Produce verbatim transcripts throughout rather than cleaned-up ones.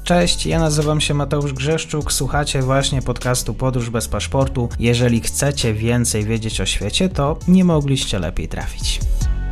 Cześć, ja nazywam się Mateusz Grzeszczuk, słuchacie właśnie podcastu Podróż bez paszportu. Jeżeli chcecie więcej wiedzieć o świecie, to nie mogliście lepiej trafić.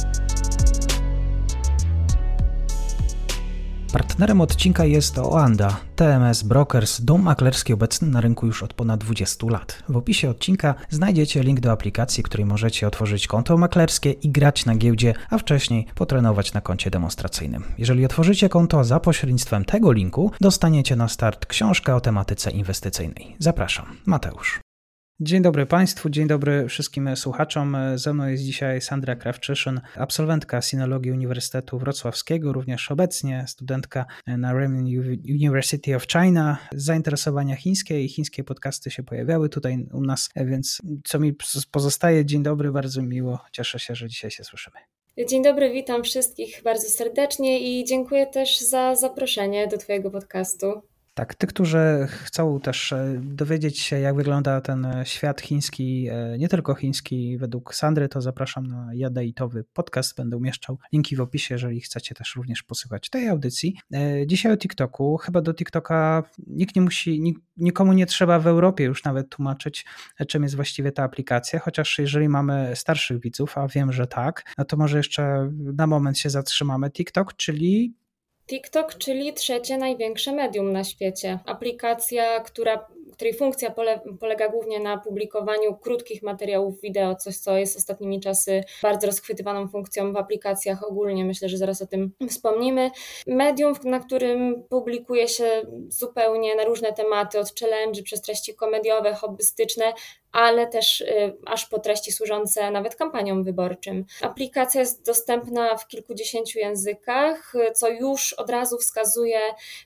Partnerem odcinka jest Oanda, T M S Brokers, dom maklerski obecny na rynku już od ponad dwudziestu lat. W opisie odcinka znajdziecie link do aplikacji, której możecie otworzyć konto maklerskie i grać na giełdzie, a wcześniej potrenować na koncie demonstracyjnym. Jeżeli otworzycie konto za pośrednictwem tego linku, dostaniecie na start książkę o tematyce inwestycyjnej. Zapraszam, Mateusz. Dzień dobry Państwu, dzień dobry wszystkim słuchaczom. Ze mną jest dzisiaj Sandra Krawczyszyn, absolwentka sinologii Uniwersytetu Wrocławskiego, również obecnie studentka na Renmin University of China. Zainteresowania chińskie i chińskie podcasty się pojawiały tutaj u nas, więc co mi pozostaje, dzień dobry, bardzo miło, cieszę się, że dzisiaj się słyszymy. Dzień dobry, witam wszystkich bardzo serdecznie i dziękuję też za zaproszenie do Twojego podcastu. Tak, tych, którzy chcą też dowiedzieć się, jak wygląda ten świat chiński, nie tylko chiński według Sandry, to zapraszam na jadaitowy podcast. Będę umieszczał linki w opisie, jeżeli chcecie też również posłuchać tej audycji. Dzisiaj o TikToku. Chyba do TikToka nikt nie musi, nikomu nie trzeba w Europie już nawet tłumaczyć, czym jest właściwie ta aplikacja, chociaż jeżeli mamy starszych widzów, a wiem, że tak, no to może jeszcze na moment się zatrzymamy. TikTok, czyli... TikTok, czyli trzecie największe medium na świecie. Aplikacja, która, której funkcja pole, polega głównie na publikowaniu krótkich materiałów wideo, coś co jest ostatnimi czasy bardzo rozchwytywaną funkcją w aplikacjach ogólnie. Myślę, że zaraz o tym wspomnimy. Medium, na którym publikuje się zupełnie na różne tematy, od challenge przez treści komediowe, hobbystyczne, ale też y, aż po treści służące nawet kampaniom wyborczym. Aplikacja jest dostępna w kilkudziesięciu językach, co już od razu wskazuje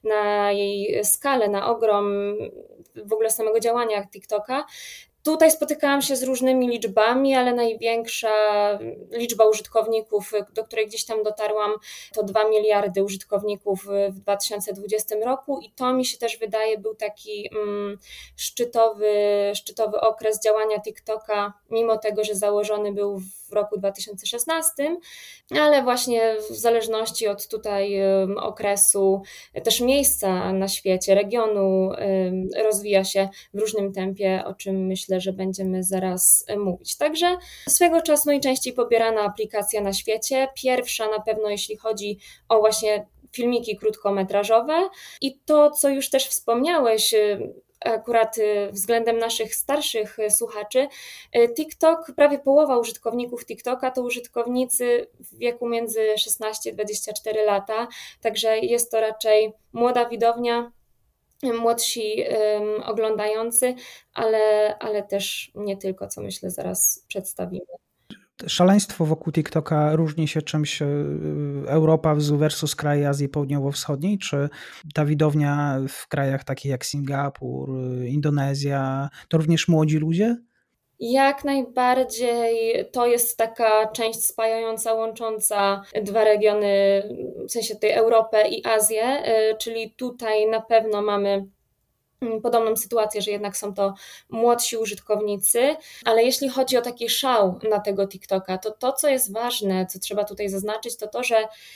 na jej skalę, na ogrom w ogóle samego działania TikToka. Tutaj spotykałam się z różnymi liczbami, ale największa liczba użytkowników, do której gdzieś tam dotarłam, to dwa miliardy użytkowników w dwa tysiące dwudziestym roku i to mi się też wydaje był taki mm, szczytowy, szczytowy okres działania TikToka, mimo tego, że założony był w roku dwa tysiące szesnastym, ale właśnie w zależności od tutaj okresu, też miejsca na świecie, regionu rozwija się w różnym tempie, o czym myślę, że będziemy zaraz mówić. Także swego czasu najczęściej pobierana aplikacja na świecie. Pierwsza na pewno, jeśli chodzi o właśnie filmiki krótkometrażowe i to, co już też wspomniałeś, akurat względem naszych starszych słuchaczy, TikTok, prawie połowa użytkowników TikToka to użytkownicy w wieku między szesnaście a dwadzieścia cztery lata, także jest to raczej młoda widownia, młodsi um, oglądający, ale, ale też nie tylko, co myślę zaraz przedstawimy. Szaleństwo wokół TikToka różni się czymś Europa versus kraje Azji Południowo-Wschodniej, czy ta widownia w krajach takich jak Singapur, Indonezja, to również młodzi ludzie? Jak najbardziej to jest taka część spajająca, łącząca dwa regiony, w sensie tej Europę i Azję, czyli tutaj na pewno mamy podobną sytuację, że jednak są to młodsi użytkownicy, ale jeśli chodzi o taki szał na tego TikToka, to to, co jest ważne, co trzeba tutaj zaznaczyć, to to, że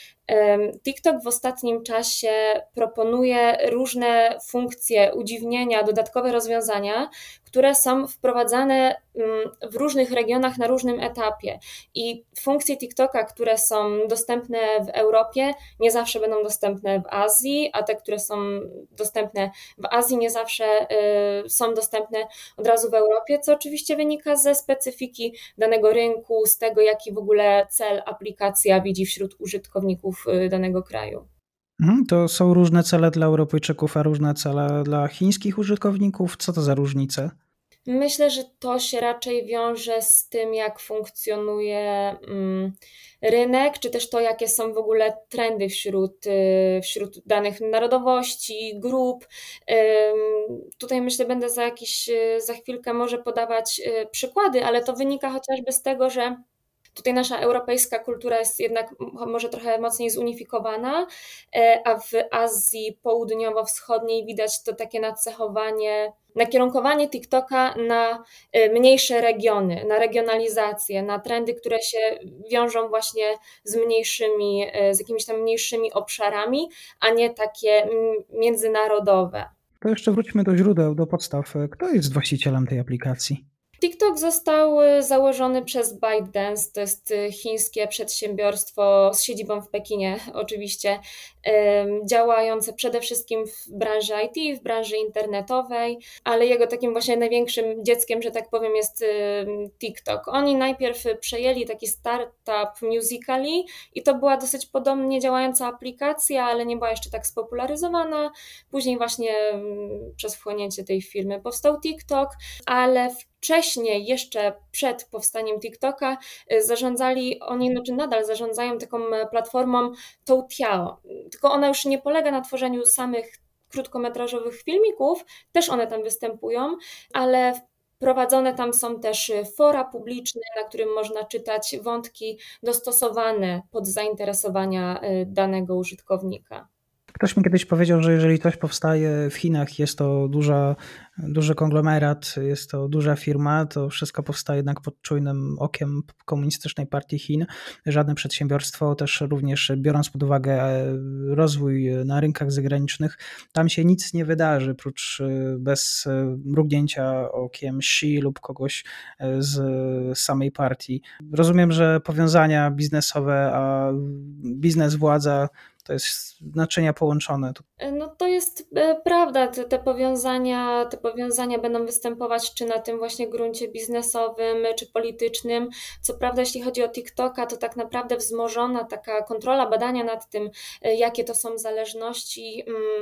TikTok w ostatnim czasie proponuje różne funkcje, udziwnienia, dodatkowe rozwiązania, które są wprowadzane w różnych regionach na różnym etapie i funkcje TikToka, które są dostępne w Europie, nie zawsze będą dostępne w Azji, a te, które są dostępne w Azji, nie zawsze są dostępne od razu w Europie, co oczywiście wynika ze specyfiki danego rynku, z tego, jaki w ogóle cel aplikacja widzi wśród użytkowników danego kraju. To są różne cele dla Europejczyków, a różne cele dla chińskich użytkowników. Co to za różnice? Myślę, że to się raczej wiąże z tym, jak funkcjonuje mm, rynek, czy też to, jakie są w ogóle trendy wśród, y, wśród danych narodowości, grup. Ym, tutaj myślę, będę za jakiś, za chwilkę może podawać y, przykłady, ale to wynika chociażby z tego, że Tutaj nasza europejska kultura jest jednak może trochę mocniej zunifikowana, a w Azji Południowo-Wschodniej widać to takie nacechowanie, nakierunkowanie TikToka na mniejsze regiony, na regionalizację, na trendy, które się wiążą właśnie z mniejszymi, z jakimiś tam mniejszymi obszarami, a nie takie międzynarodowe. To jeszcze wróćmy do źródeł, do podstaw. Kto jest właścicielem tej aplikacji? TikTok został założony przez ByteDance, to jest chińskie przedsiębiorstwo z siedzibą w Pekinie oczywiście, działające przede wszystkim w branży I T, w branży internetowej, ale jego takim właśnie największym dzieckiem, że tak powiem, jest TikTok. Oni najpierw przejęli taki startup Musical.ly i to była dosyć podobnie działająca aplikacja, ale nie była jeszcze tak spopularyzowana. Później właśnie przez wchłonięcie tej firmy powstał TikTok, ale wcześniej, jeszcze przed powstaniem TikToka, zarządzali oni, znaczy nadal zarządzają taką platformą Toutiao, tylko ona już nie polega na tworzeniu samych krótkometrażowych filmików, też one tam występują, ale prowadzone tam są też fora publiczne, na którym można czytać wątki dostosowane pod zainteresowania danego użytkownika. Ktoś mi kiedyś powiedział, że jeżeli coś powstaje w Chinach, jest to duża, duży konglomerat, jest to duża firma, to wszystko powstaje jednak pod czujnym okiem Komunistycznej Partii Chin. Żadne przedsiębiorstwo, też również biorąc pod uwagę rozwój na rynkach zagranicznych, tam się nic nie wydarzy, prócz bez mrugnięcia okiem Xi lub kogoś z samej partii. Rozumiem, że powiązania biznesowe, a biznes, władza to jest naczynia połączone. No to jest prawda, te, te powiązania, te powiązania będą występować czy na tym właśnie gruncie biznesowym, czy politycznym. Co prawda, jeśli chodzi o TikToka, to tak naprawdę wzmożona taka kontrola, badania nad tym, jakie to są zależności,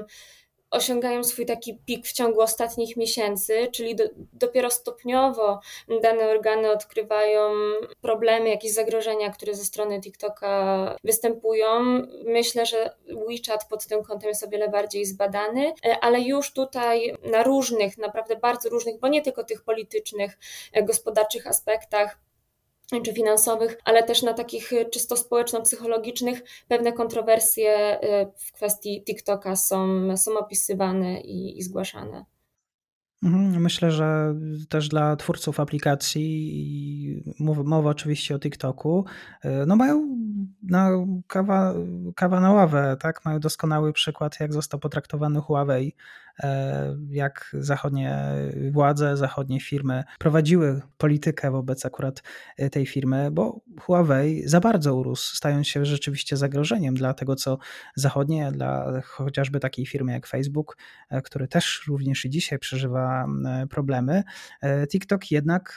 osiągają swój taki pik w ciągu ostatnich miesięcy, czyli do, dopiero stopniowo dane organy odkrywają problemy, jakieś zagrożenia, które ze strony TikToka występują. Myślę, że WeChat pod tym kątem jest o wiele bardziej zbadany, ale już tutaj na różnych, naprawdę bardzo różnych, bo nie tylko tych politycznych, gospodarczych aspektach, czy finansowych, ale też na takich czysto społeczno-psychologicznych pewne kontrowersje w kwestii TikToka są, są opisywane i, i zgłaszane. Myślę, że też dla twórców aplikacji, mowa oczywiście o TikToku, no mają no, kawa, kawa na ławę, tak? Mają doskonały przykład, jak został potraktowany Huawei, jak zachodnie władze, zachodnie firmy prowadziły politykę wobec akurat tej firmy, bo Huawei za bardzo urósł, stając się rzeczywiście zagrożeniem dla tego, co zachodnie, dla chociażby takiej firmy jak Facebook, który też również i dzisiaj przeżywa problemy. TikTok jednak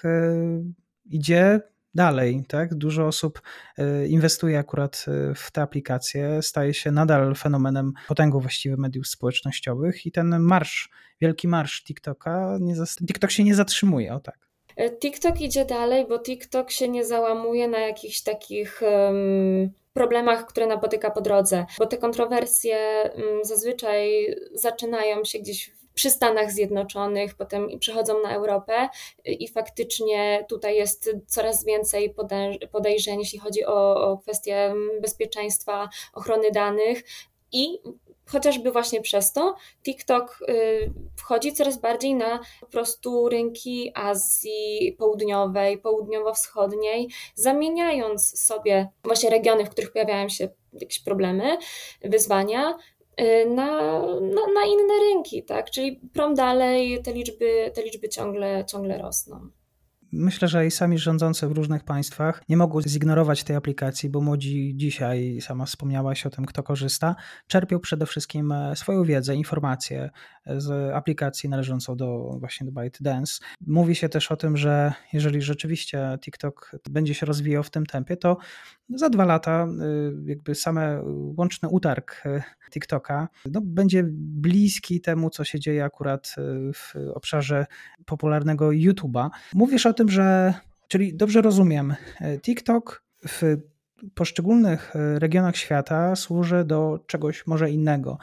idzie dalej, tak? Dużo osób inwestuje akurat w te aplikacje, staje się nadal fenomenem, potęgą właściwie mediów społecznościowych i ten marsz, wielki marsz TikToka, nie zas- TikTok się nie zatrzymuje, o tak. TikTok idzie dalej, bo TikTok się nie załamuje na jakichś takich um, problemach, które napotyka po drodze, bo te kontrowersje um, zazwyczaj zaczynają się gdzieś przy Stanach Zjednoczonych, potem przechodzą na Europę i faktycznie tutaj jest coraz więcej podejrzeń, jeśli chodzi o, o kwestie bezpieczeństwa, ochrony danych i chociażby właśnie przez to TikTok wchodzi coraz bardziej na po prostu rynki Azji Południowej, Południowo-Wschodniej, zamieniając sobie właśnie regiony, w których pojawiają się jakieś problemy, wyzwania, na, na, na inne rynki, tak? Czyli prom dalej te liczby, te liczby ciągle, ciągle rosną. Myślę, że i sami rządzący w różnych państwach nie mogą zignorować tej aplikacji, bo młodzi dzisiaj, sama wspomniałaś o tym, kto korzysta, czerpią przede wszystkim swoją wiedzę, informacje z aplikacji należącą do właśnie do ByteDance. Mówi się też o tym, że jeżeli rzeczywiście TikTok będzie się rozwijał w tym tempie, to za dwa lata jakby same łączny utarg TikToka no, będzie bliski temu, co się dzieje akurat w obszarze popularnego YouTube'a. Mówisz o tym, że, czyli dobrze rozumiem, TikTok w poszczególnych regionach świata służy do czegoś może innego.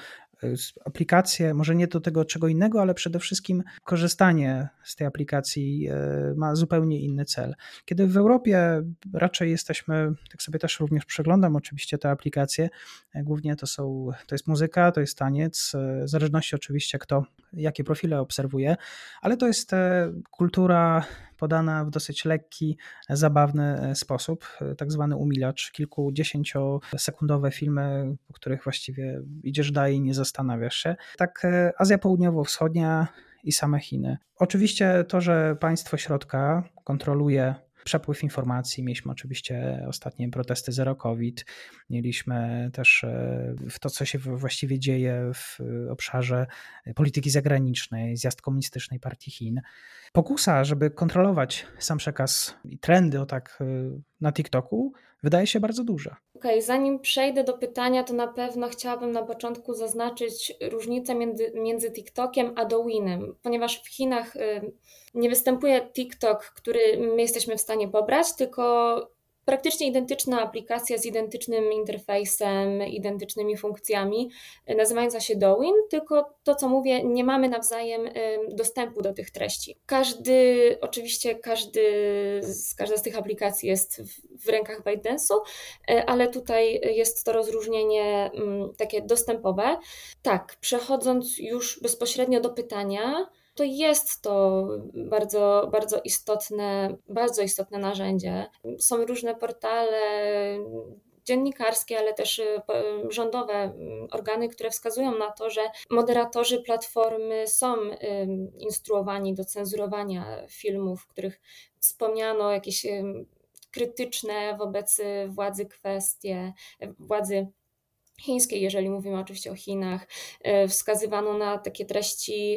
aplikacje, może nie do tego czego innego, ale przede wszystkim korzystanie z tej aplikacji ma zupełnie inny cel. Kiedy w Europie raczej jesteśmy, tak sobie też również przeglądam oczywiście te aplikacje, głównie to są, to jest muzyka, to jest taniec, w zależności oczywiście kto, jakie profile obserwuje, ale to jest kultura podana w dosyć lekki, zabawny sposób, tak zwany umilacz, kilkudziesięciosekundowe filmy, po których właściwie idziesz dalej i nie zastanawiasz się. Tak Azja Południowo-Wschodnia i same Chiny. Oczywiście to, że państwo środka kontroluje przepływ informacji. Mieliśmy oczywiście ostatnie protesty Zero COVID, mieliśmy też w to, co się właściwie dzieje w obszarze polityki zagranicznej, zjazd Komunistycznej Partii Chin. Pokusa, żeby kontrolować sam przekaz i trendy o tak na TikToku, wydaje się bardzo duża. Okej, okay, zanim przejdę do pytania, to na pewno chciałabym na początku zaznaczyć różnicę między, między TikTokiem a Douyin, ponieważ w Chinach y, nie występuje TikTok, który my jesteśmy w stanie pobrać, tylko praktycznie identyczna aplikacja z identycznym interfejsem, identycznymi funkcjami, nazywająca się Douyin, tylko to, co mówię, nie mamy nawzajem dostępu do tych treści. Każdy, oczywiście każdy, każda z tych aplikacji jest w rękach ByteDance'u, ale tutaj jest to rozróżnienie takie dostępowe. Tak, przechodząc już bezpośrednio do pytania, to jest to bardzo, bardzo istotne, bardzo istotne narzędzie. Są różne portale dziennikarskie, ale też rządowe organy, które wskazują na to, że moderatorzy platformy są instruowani do cenzurowania filmów, w których wspomniano jakieś krytyczne wobec władzy kwestie, władzy chińskiej, jeżeli mówimy oczywiście o Chinach, wskazywano na takie treści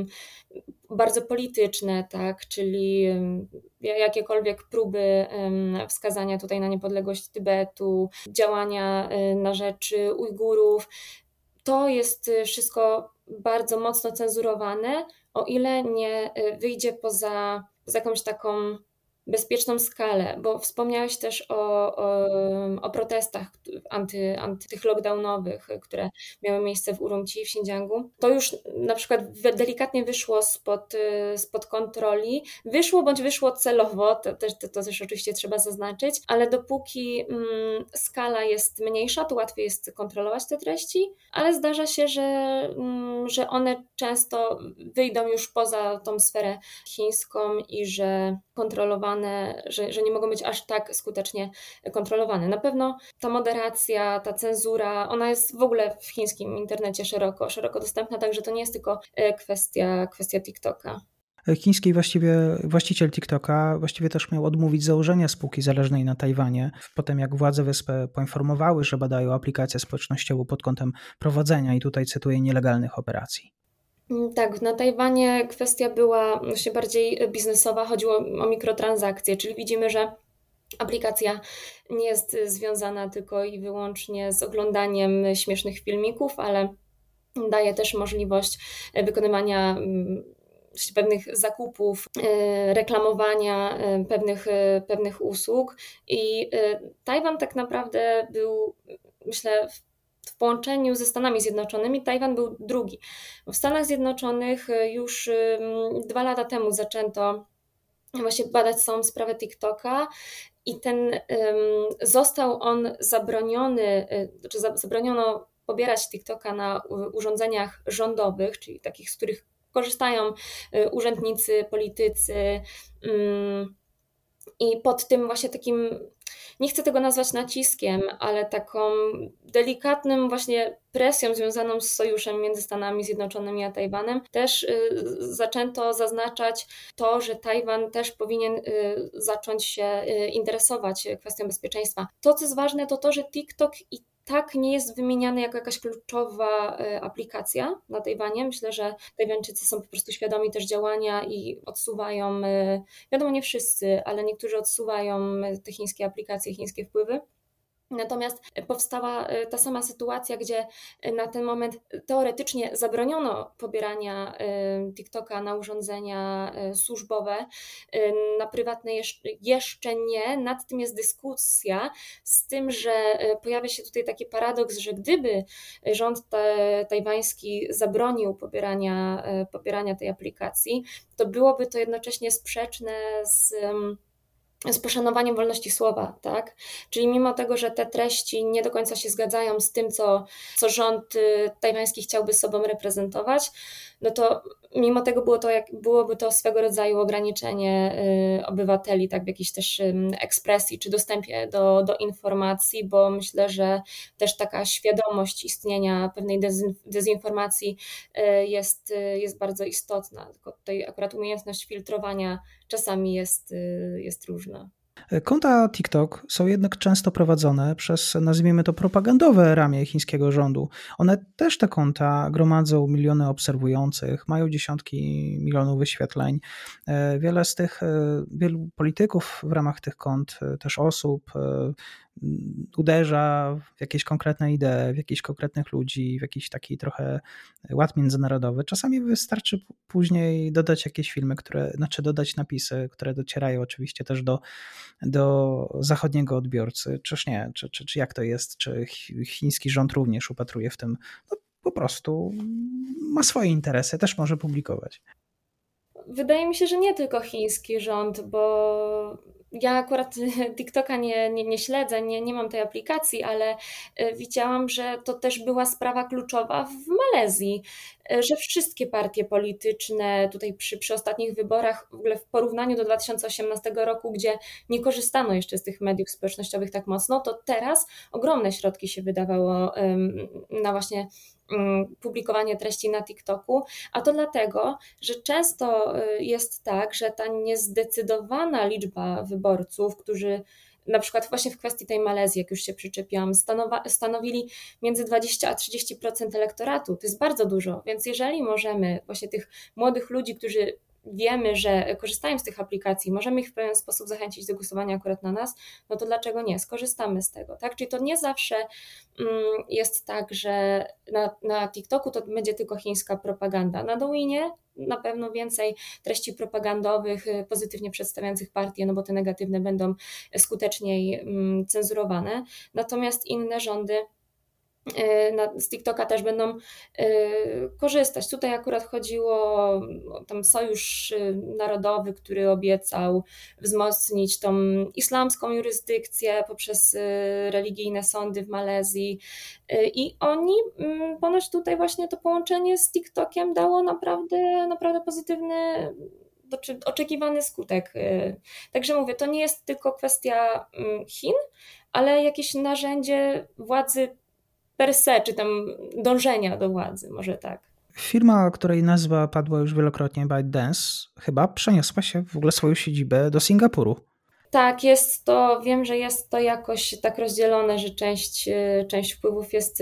bardzo polityczne, tak, czyli jakiekolwiek próby wskazania tutaj na niepodległość Tybetu, działania na rzecz Ujgurów. To jest wszystko bardzo mocno cenzurowane, o ile nie wyjdzie poza, poza jakąś taką bezpieczną skalę, bo wspomniałeś też o, o, o protestach anty, anty tych lockdownowych, które miały miejsce w Urumqi, w Xinjiangu. To już na przykład delikatnie wyszło spod, spod kontroli. Wyszło bądź wyszło celowo, to też, to, to też oczywiście trzeba zaznaczyć, ale dopóki mm, skala jest mniejsza, to łatwiej jest kontrolować te treści, ale zdarza się, że, mm, że one często wyjdą już poza tą sferę chińską i że kontrolowane Że, że nie mogą być aż tak skutecznie kontrolowane. Na pewno ta moderacja, ta cenzura, ona jest w ogóle w chińskim internecie szeroko, szeroko dostępna, także to nie jest tylko kwestia, kwestia TikToka. Chiński właściwie właściciel TikToka właściwie też miał odmówić założenia spółki zależnej na Tajwanie, potem jak władze wyspy poinformowały, że badają aplikację społecznościową pod kątem prowadzenia i tutaj cytuję nielegalnych operacji. Tak, na Tajwanie kwestia była właśnie bardziej biznesowa, chodziło o mikrotransakcje, czyli widzimy, że aplikacja nie jest związana tylko i wyłącznie z oglądaniem śmiesznych filmików, ale daje też możliwość wykonywania pewnych zakupów, reklamowania pewnych, pewnych usług i Tajwan tak naprawdę był, myślę, w połączeniu ze Stanami Zjednoczonymi Tajwan był drugi. W Stanach Zjednoczonych już dwa lata temu zaczęto właśnie badać całą sprawę TikToka i ten został on zabroniony, czy zabroniono pobierać TikToka na urządzeniach rządowych, czyli takich, z których korzystają urzędnicy, politycy i pod tym właśnie takim, nie chcę tego nazwać naciskiem, ale taką delikatnym właśnie presją związaną z sojuszem między Stanami Zjednoczonymi a Tajwanem też zaczęto zaznaczać to, że Tajwan też powinien zacząć się interesować kwestią bezpieczeństwa. To, co jest ważne, to to, że TikTok i tak nie jest wymieniany jako jakaś kluczowa aplikacja na Tajwanie. Myślę, że Tajwańczycy są po prostu świadomi też działania i odsuwają, wiadomo nie wszyscy, ale niektórzy odsuwają te chińskie aplikacje, chińskie wpływy. Natomiast powstała ta sama sytuacja, gdzie na ten moment teoretycznie zabroniono pobierania TikToka na urządzenia służbowe, na prywatne jeszcze nie. Nad tym jest dyskusja, z tym, że pojawia się tutaj taki paradoks, że gdyby rząd tajwański zabronił pobierania, pobierania tej aplikacji, to byłoby to jednocześnie sprzeczne z z poszanowaniem wolności słowa, tak? Czyli mimo tego, że te treści nie do końca się zgadzają z tym, co, co rząd tajwański chciałby sobą reprezentować, no to mimo tego było to, jak, byłoby to swego rodzaju ograniczenie y, obywateli, tak, w jakiejś też y, ekspresji czy dostępie do, do informacji, bo myślę, że też taka świadomość istnienia pewnej dezyn, dezinformacji y, jest, y, jest bardzo istotna. Tylko tutaj akurat umiejętność filtrowania czasami jest, y, jest różna. Konta TikTok są jednak często prowadzone przez, nazwijmy to, propagandowe ramię chińskiego rządu. One też, te konta, gromadzą miliony obserwujących, mają dziesiątki milionów wyświetleń. Wiele z tych, wielu polityków w ramach tych kont, też osób, uderza w jakieś konkretne idee, w jakichś konkretnych ludzi, w jakiś taki trochę ład międzynarodowy. Czasami wystarczy później dodać jakieś filmy, które, znaczy dodać napisy, które docierają oczywiście też do, do zachodniego odbiorcy. Czyż nie? Czy, czy, czy jak to jest? Czy chiński rząd również upatruje w tym? No, po prostu ma swoje interesy, też może publikować. Wydaje mi się, że nie tylko chiński rząd, bo ja akurat TikToka nie, nie, nie śledzę, nie, nie mam tej aplikacji, ale widziałam, że to też była sprawa kluczowa w Malezji, że wszystkie partie polityczne tutaj przy, przy ostatnich wyborach, w ogóle w porównaniu do dwa tysiące osiemnastego roku, gdzie nie korzystano jeszcze z tych mediów społecznościowych tak mocno, to teraz ogromne środki się wydawało na właśnie publikowanie treści na TikToku, a to dlatego, że często jest tak, że ta niezdecydowana liczba wyborców, którzy na przykład właśnie w kwestii tej Malezji, jak już się przyczepiłam, stanowa, stanowili między dwadzieścia a trzydzieści procent elektoratu. To jest bardzo dużo, więc jeżeli możemy właśnie tych młodych ludzi, którzy wiemy, że korzystają z tych aplikacji, możemy ich w pewien sposób zachęcić do głosowania akurat na nas, no to dlaczego nie? Skorzystamy z tego, tak? Czyli to nie zawsze jest tak, że na, na TikToku to będzie tylko chińska propaganda. Na Douyinie na pewno więcej treści propagandowych, pozytywnie przedstawiających partię, no bo te negatywne będą skuteczniej cenzurowane. Natomiast inne rządy z TikToka też będą korzystać. Tutaj akurat chodziło o tam Sojusz Narodowy, który obiecał wzmocnić tą islamską jurysdykcję poprzez religijne sądy w Malezji i oni ponoć tutaj właśnie to połączenie z TikTokiem dało naprawdę, naprawdę pozytywny, oczekiwany skutek. Także mówię, to nie jest tylko kwestia Chin, ale jakieś narzędzie władzy per se, czy tam dążenia do władzy, może tak. Firma, której nazwa padła już wielokrotnie, ByteDance, chyba przeniosła się w ogóle swoją siedzibę do Singapuru. Tak, jest to, wiem, że jest to jakoś tak rozdzielone, że część, część wpływów jest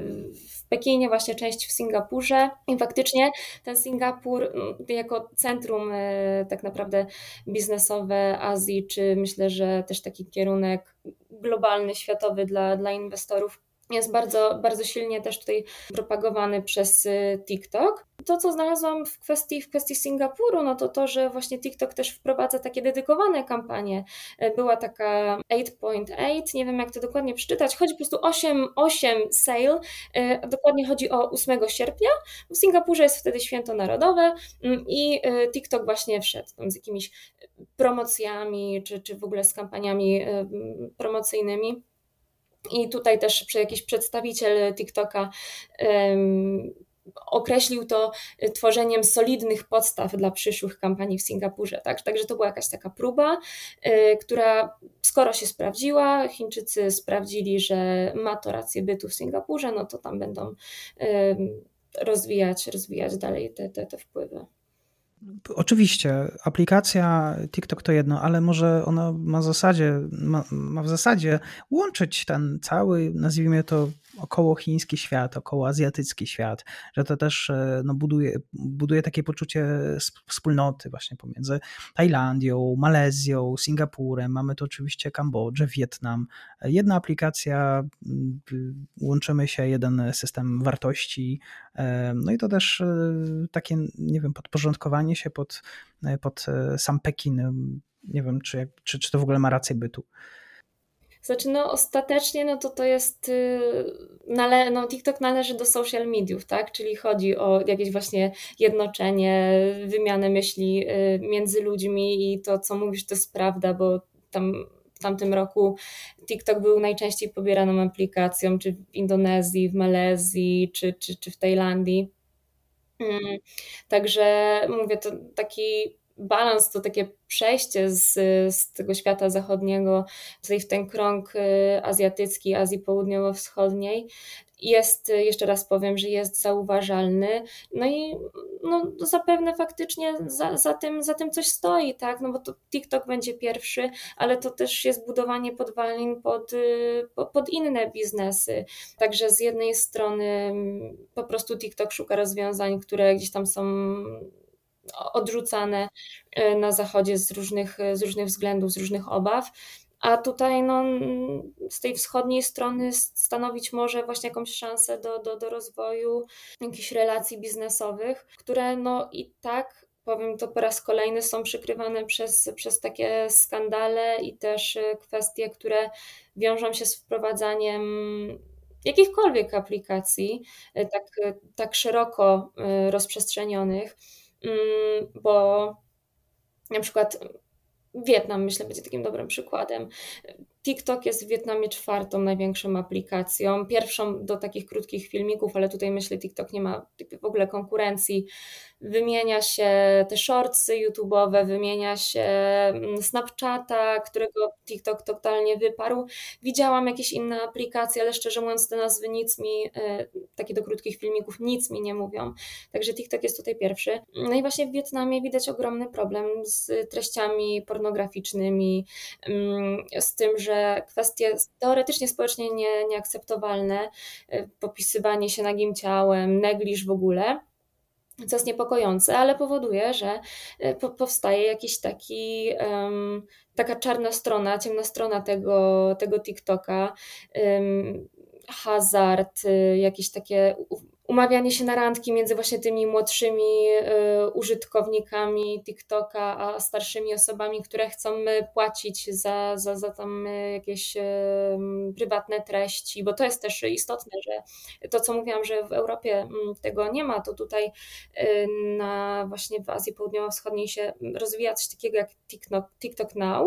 w Pekinie, właśnie część w Singapurze i faktycznie ten Singapur jako centrum tak naprawdę biznesowe Azji, czy myślę, że też taki kierunek globalny, światowy dla, dla inwestorów jest bardzo, bardzo silnie też tutaj propagowany przez TikTok. To, co znalazłam w kwestii, w kwestii Singapuru, no to to, że właśnie TikTok też wprowadza takie dedykowane kampanie. Była taka osiem point osiem, nie wiem jak to dokładnie przeczytać, chodzi po prostu osiem osiem sale, dokładnie chodzi o ósmego sierpnia. W Singapurze jest wtedy święto narodowe i TikTok właśnie wszedł tam z jakimiś promocjami, czy, czy w ogóle z kampaniami promocyjnymi. I tutaj też jakiś przedstawiciel TikToka um, określił to tworzeniem solidnych podstaw dla przyszłych kampanii w Singapurze. Tak? Także to była jakaś taka próba, y, która skoro się sprawdziła, Chińczycy sprawdzili, że ma to rację bytu w Singapurze, no to tam będą y, rozwijać, rozwijać dalej te, te, te wpływy. Oczywiście, aplikacja TikTok to jedno, ale może ona ma w zasadzie, ma, ma w zasadzie łączyć ten cały, nazwijmy to, około chiński świat, około azjatycki świat, że to też no, buduje, buduje takie poczucie wspólnoty właśnie pomiędzy Tajlandią, Malezją, Singapurem, mamy tu oczywiście Kambodżę, Wietnam. Jedna aplikacja, łączymy się, jeden system wartości, no i to też takie, nie wiem, podporządkowanie się pod, pod sam Pekin. Nie wiem, czy, czy, czy to w ogóle ma rację bytu. Znaczy, no ostatecznie, no to to jest, nale- no TikTok należy do social mediów, tak? Czyli chodzi o jakieś właśnie jednoczenie, wymianę myśli między ludźmi i to, co mówisz, to jest prawda, bo tam w tamtym roku TikTok był najczęściej pobieraną aplikacją, czy w Indonezji, w Malezji, czy, czy, czy w Tajlandii. Także mówię, to taki balans, to takie przejście z, z tego świata zachodniego tutaj w ten krąg azjatycki, Azji Południowo-Wschodniej jest, jeszcze raz powiem, że jest zauważalny, no i no, zapewne faktycznie za, za, tym, za tym coś stoi, tak, no bo to TikTok będzie pierwszy, ale to też jest budowanie podwalin pod, pod inne biznesy, także z jednej strony po prostu TikTok szuka rozwiązań, które gdzieś tam są odrzucane na zachodzie z różnych, z różnych względów, z różnych obaw, a tutaj no, z tej wschodniej strony stanowić może właśnie jakąś szansę do, do, do rozwoju jakichś relacji biznesowych, które no i tak, powiem to po raz kolejny, są przykrywane przez, przez takie skandale i też kwestie, które wiążą się z wprowadzaniem jakichkolwiek aplikacji tak, tak szeroko rozprzestrzenionych, bo na przykład Wietnam, myślę, będzie takim dobrym przykładem. TikTok jest w Wietnamie czwartą największą aplikacją, pierwszą do takich krótkich filmików, ale tutaj myślę, TikTok nie ma w ogóle konkurencji. Wymienia się te shortsy YouTube'owe, wymienia się Snapchata, którego TikTok totalnie wyparł. Widziałam jakieś inne aplikacje, ale szczerze mówiąc te nazwy nic mi, takie do krótkich filmików, nic mi nie mówią. Także TikTok jest tutaj pierwszy. No i właśnie w Wietnamie widać ogromny problem z treściami pornograficznymi, z tym, że kwestie teoretycznie społecznie nie, nieakceptowalne, popisywanie się nagim ciałem, negliż w ogóle, co jest niepokojące, ale powoduje, że powstaje jakiś taki, um, taka czarna strona, ciemna strona tego, tego TikToka, um, hazard, jakieś takie umawianie się na randki między właśnie tymi młodszymi y, użytkownikami TikToka, a starszymi osobami, które chcą płacić za, za, za tam jakieś y, prywatne treści, bo to jest też istotne, że to, co mówiłam, że w Europie tego nie ma, to tutaj y, na właśnie w Azji Południowo-Wschodniej się rozwija coś takiego jak TikTok, TikTok Now.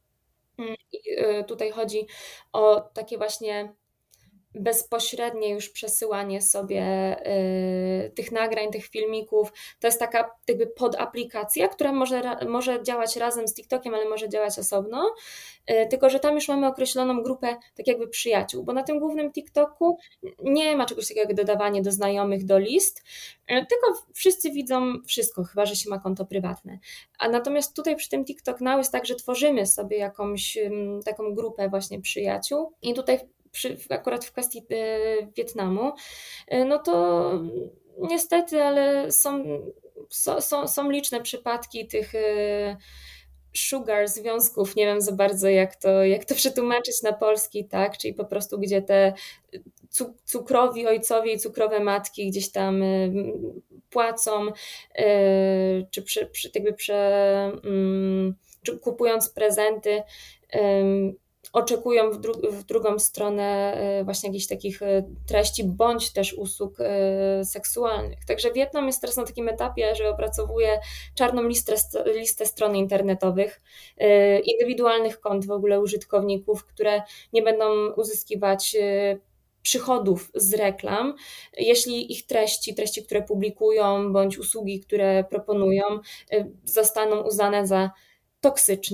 I y, tutaj chodzi o takie właśnie bezpośrednie już przesyłanie sobie y, tych nagrań, tych filmików. To jest taka jakby podaplikacja, która może, może działać razem z TikTokiem, ale może działać osobno, y, tylko że tam już mamy określoną grupę tak jakby przyjaciół, bo na tym głównym TikToku nie ma czegoś takiego jak dodawanie do znajomych, do list, y, tylko wszyscy widzą wszystko, chyba że się ma konto prywatne. A natomiast tutaj przy tym TikTok Now jest tak, że tworzymy sobie jakąś y, taką grupę właśnie przyjaciół i tutaj Przy, akurat w kwestii y, Wietnamu, y, no to niestety, ale są, są, są liczne przypadki tych y, sugar związków, nie wiem za bardzo jak to, jak to przetłumaczyć na polski, tak, czyli po prostu gdzie te cukrowi ojcowie i cukrowe matki gdzieś tam y, płacą, y, czy, przy, przy, jakby prze, y, czy kupując prezenty, y, oczekują w, dru- w drugą stronę właśnie jakichś takich treści, bądź też usług seksualnych. Także Wietnam jest teraz na takim etapie, że opracowuje czarną listę, listę stron internetowych, indywidualnych kont w ogóle użytkowników, które nie będą uzyskiwać przychodów z reklam, jeśli ich treści, treści, które publikują, bądź usługi, które proponują, zostaną uznane za toksyczne,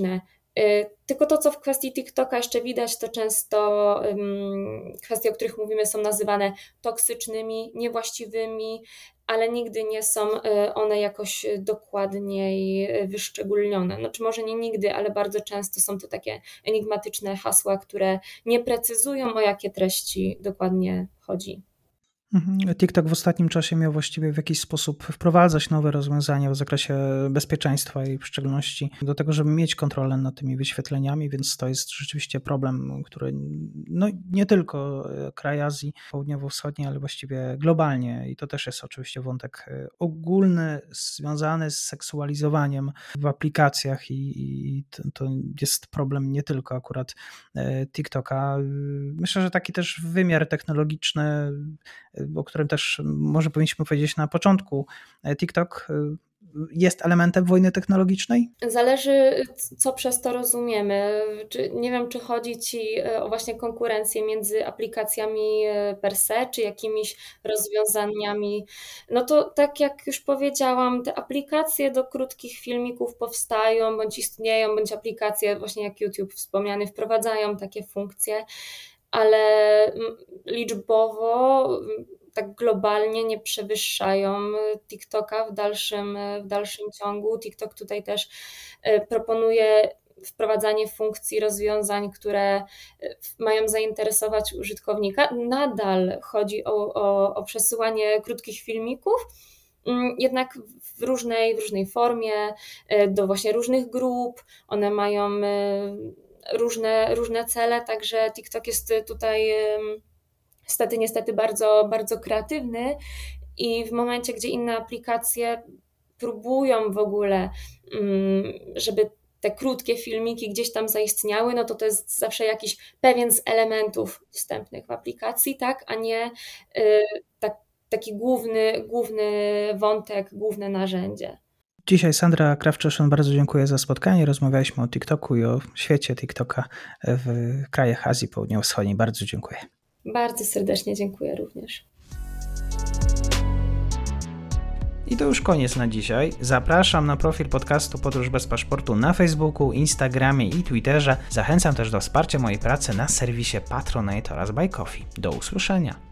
Tylko to, co w kwestii TikToka jeszcze widać, to często um, kwestie, o których mówimy, są nazywane toksycznymi, niewłaściwymi, ale nigdy nie są one jakoś dokładniej wyszczególnione. Znaczy może nie nigdy, ale bardzo często są to takie enigmatyczne hasła, które nie precyzują, o jakie treści dokładnie chodzi. TikTok w ostatnim czasie miał właściwie w jakiś sposób wprowadzać nowe rozwiązania w zakresie bezpieczeństwa i w szczególności do tego, żeby mieć kontrolę nad tymi wyświetleniami, więc to jest rzeczywiście problem, który no, nie tylko kraj Azji Południowo-Wschodniej, ale właściwie globalnie i to też jest oczywiście wątek ogólny związany z seksualizowaniem w aplikacjach i, i to, to jest problem nie tylko akurat TikToka. Myślę, że taki też wymiar technologiczny, o którym też może powinniśmy powiedzieć na początku. TikTok jest elementem wojny technologicznej? Zależy, co przez to rozumiemy. Nie wiem, czy chodzi Ci o właśnie konkurencję między aplikacjami per se, czy jakimiś rozwiązaniami. No to tak jak już powiedziałam, te aplikacje do krótkich filmików powstają, bądź istnieją, bądź aplikacje właśnie jak YouTube wspomniany wprowadzają takie funkcje, ale liczbowo tak globalnie nie przewyższają TikToka w dalszym, w dalszym ciągu. TikTok tutaj też proponuje wprowadzanie funkcji, rozwiązań, które mają zainteresować użytkownika. Nadal chodzi o, o, o przesyłanie krótkich filmików, jednak w różnej, w różnej formie, do właśnie różnych grup. One mają różne, różne cele, także TikTok jest tutaj niestety, niestety bardzo, bardzo kreatywny i w momencie, gdzie inne aplikacje próbują w ogóle, żeby te krótkie filmiki gdzieś tam zaistniały, no to to jest zawsze jakiś pewien z elementów dostępnych w aplikacji, tak, a nie tak, taki główny, główny wątek, główne narzędzie. Dzisiaj Sandra Krawczyszyn, bardzo dziękuję za spotkanie. Rozmawialiśmy o TikToku i o świecie TikToka w krajach Azji Południowo-Wschodniej. Bardzo dziękuję. Bardzo serdecznie dziękuję również. I to już koniec na dzisiaj. Zapraszam na profil podcastu Podróż bez paszportu na Facebooku, Instagramie i Twitterze. Zachęcam też do wsparcia mojej pracy na serwisie Patronite oraz Buy Coffee. Do usłyszenia.